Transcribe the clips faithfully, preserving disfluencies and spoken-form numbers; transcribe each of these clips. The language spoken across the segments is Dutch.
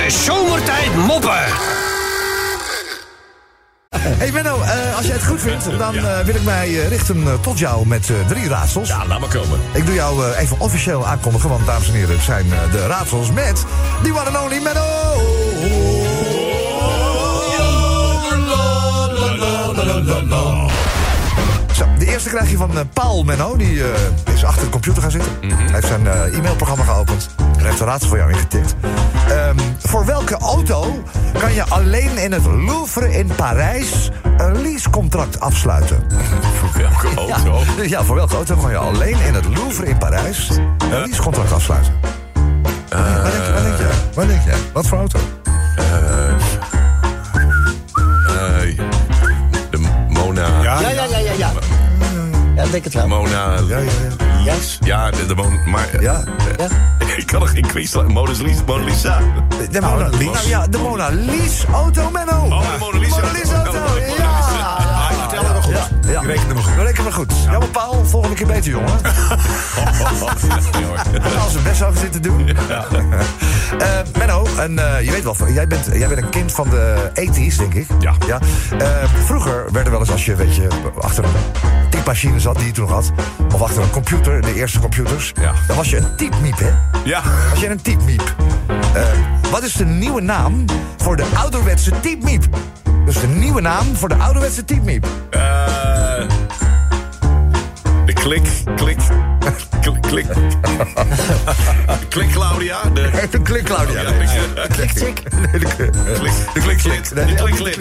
Zomertijd Moppen. Hey Menno, uh, als jij het goed vindt, dan uh, wil ik mij uh, richten uh, tot jou met uh, drie raadsels. Ja, laat maar komen. Ik doe jou uh, even officieel aankondigen, want dames en heren, het zijn uh, de raadsels met die one and only Menno. Zo, de eerste krijg je van uh, Paul Menno, die uh, is achter de computer gaan zitten. Mm-hmm. Hij heeft zijn uh, e-mailprogramma geopend. Hij heeft een raadsel voor jou ingetikt. Um, voor welke auto kan je alleen in het Louvre in Parijs een leasecontract afsluiten? Voor welke auto? Ja, ja, voor welke auto kan je alleen in het Louvre in Parijs een uh, leasecontract afsluiten? Uh, wat, denk je, wat denk jij? Wat denk jij? Wat voor auto? Uh, uh, de Mona... Ja, ja, ja, ja, ja. Ja, ja ik denk het wel. Mona... Ja, ja, ja. Yes. Ja, de, de Mona... Maar... Ja. ja. Ik kan nog geen quiz... Mona Lisa. Mona Lisa. De Mona Lisa. Nou, ja, de Mona Lisa auto, Menno. Oh, de Mona Lisa. Mona Lisa auto. Ja. Ik tel hem goed. Ja, ja. Ik reken hem goed. We rekenen maar goed. Ja, maar Paul, volgende keer beter, jongen. Als we best zouden zitten doen. Ja. Uh, Menno, en, uh, je weet wel, jij bent, jij bent een kind van de tachtiger, denk ik. Ja. ja? Uh, vroeger werden wel eens, als je, weet je, achter een typemachine zat, die je toen had, of achter een computer, de eerste computers, ja. dan was je een typmiep, hè? Ja. Was je een typmiep. Uh, wat is de nieuwe naam voor de ouderwetse typmiep? Dus de nieuwe naam voor de ouderwetse typmiep. Uh, de klik, klik, klik, klik. Klik Claudia. De, de klik Claudia. Ja, de klik chick. Nee, de klik. De klik slit. De klik slit.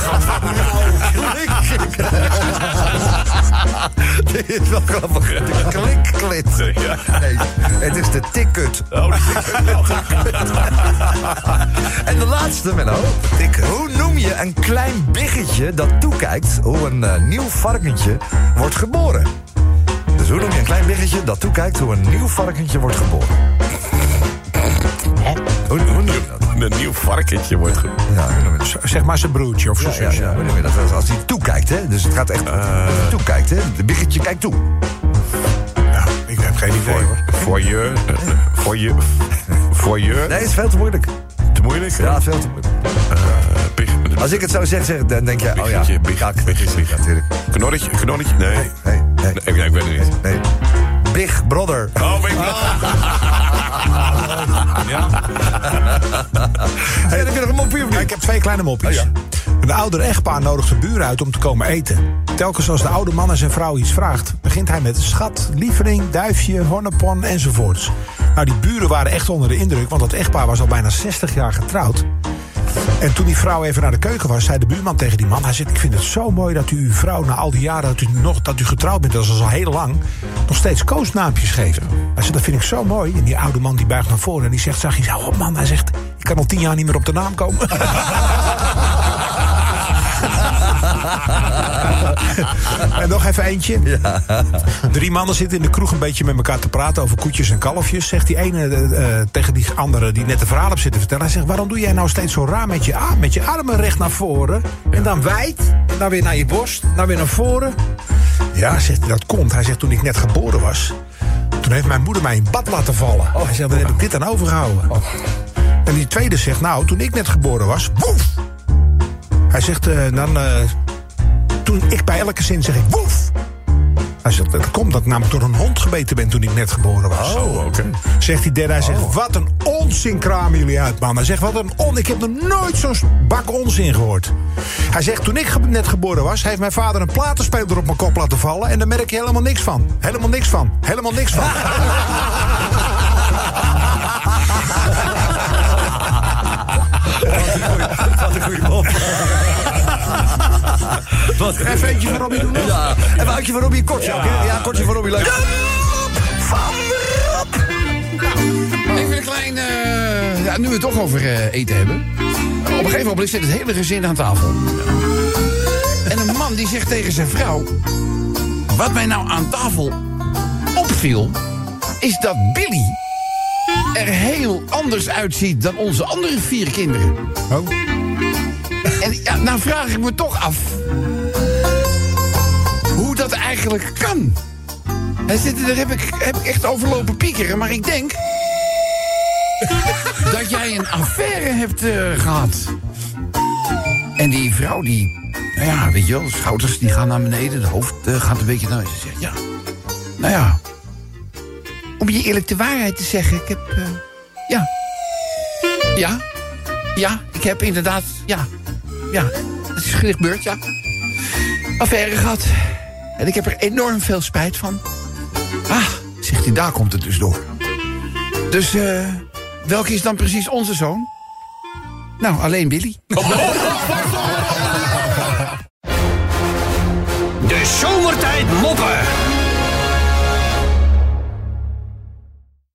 Dit is wel grappig. De klikklit. Ja. Nee, het is de tikkut. Oh, de tikkut. En de laatste, Menno. Tik. Hoe noem je een klein biggetje dat toekijkt hoe een uh, nieuw varkentje wordt geboren? Dus hoe noem je een klein biggetje dat toekijkt hoe een nieuw varkentje wordt geboren? Hè? Hoe, hoe noem je dat? Een nieuw varkentje wordt geboren. Ja, hoe noem je dat? Zeg maar zijn broertje of zo. Ja, ja, ja, hoe noem je dat? Als hij toekijkt, hè? Dus het gaat echt... Uh, toekijkt, hè? De biggetje kijkt toe. Ja, ik heb geen idee, hoor. Voor je... Voor je... Voor je... Nee, het is veel te moeilijk. Te moeilijk? Ja, veel te moeilijk. Uh, big, Als ik het zo zeg, zeg dan denk je... Oh ja, biggetje, big, kak, biggetje. ja, natuurlijk. Knorretje, knorretje? Nee. Nee, nee. nee. nee ik weet het niet. Nee. Big Brother. Oh, Big Brother. Ja. Hey, heb je nog een mopje of niet? Ik heb twee kleine moppies. Oh, ja. Een ouder echtpaar nodigt de buren uit om te komen eten. Telkens als de oude man aan zijn vrouw iets vraagt, begint hij met schat, lievering, duifje, honnepon enzovoorts. Nou, die buren waren echt onder de indruk, want dat echtpaar was al bijna zestig jaar getrouwd. En toen die vrouw even naar de keuken was, zei de buurman tegen die man... hij zegt, ik vind het zo mooi dat u uw vrouw na al die jaren dat u, nog, dat u getrouwd bent... dat is al heel lang, nog steeds koosnaampjes geeft. Hij zegt, dat vind ik zo mooi. En die oude man die buigt naar voren en die zegt, zag je zo op man. Hij zegt, ik kan al tien jaar niet meer op de naam komen. En nog even eentje. Ja. Drie mannen zitten in de kroeg een beetje met elkaar te praten over koetjes en kalfjes. Zegt die ene uh, tegen die andere die net de verhaal op zit te vertellen. Hij zegt, waarom doe jij nou steeds zo raar met je, arm, met je armen recht naar voren? En dan wijd, en dan weer naar je borst, dan weer naar voren. Ja, zegt hij, dat komt. Hij zegt, toen ik net geboren was, toen heeft mijn moeder mij in bad laten vallen. Oh. Hij zegt, dan heb ik dit aan overgehouden. Oh. En die tweede zegt, nou, toen ik net geboren was, woef! Hij zegt, uh, dan... Uh, toen ik bij elke zin zeg ik woef. Hij zegt, dat komt dat ik namelijk door een hond gebeten ben toen ik net geboren was. Oh, oké. Okay. Zegt die derde, hij zegt, oh. Wat een onzin kramen jullie uit, man. Hij zegt, wat een on... Ik heb nog nooit zo'n bak onzin gehoord. Hij zegt, toen ik ge- net geboren was, heeft mijn vader een platenspeler op mijn kop laten vallen. En daar merk je helemaal niks van. Helemaal niks van. Helemaal niks van. Wat een goede mop. Even eentje van Robbie doen. Ja, even eentje van Robbie, kortje ook, hè? Ja, kortje van Robbie, leuk. Van Rob. Even een klein... Uh, ja, nu we het toch over uh, eten hebben. Op een gegeven moment zit het hele gezin aan tafel. En een man die zegt tegen zijn vrouw... Wat mij nou aan tafel opviel... is dat Billy er heel anders uitziet dan onze andere vier kinderen. Oh. En ja, nou vraag ik me toch af... hoe dat eigenlijk kan. Hij zit, daar heb ik, heb ik echt overlopen piekeren, maar ik denk... dat jij een affaire hebt uh, gehad. En die vrouw, die... Nou ja, weet je wel, de schouders die gaan naar beneden. De hoofd uh, gaat een beetje naar... Ze zegt, ja... Nou ja... Om je eerlijk de waarheid te zeggen, ik heb... Uh, ja... Ja... Ja, ik heb inderdaad... Ja... Ja... Het is gebeurd, ja. Affaire gehad. En ik heb er enorm veel spijt van. Ah, zegt hij, daar komt het dus door. Dus, uh, welke is dan precies onze zoon? Nou, alleen Billy. De zomertijd moppen.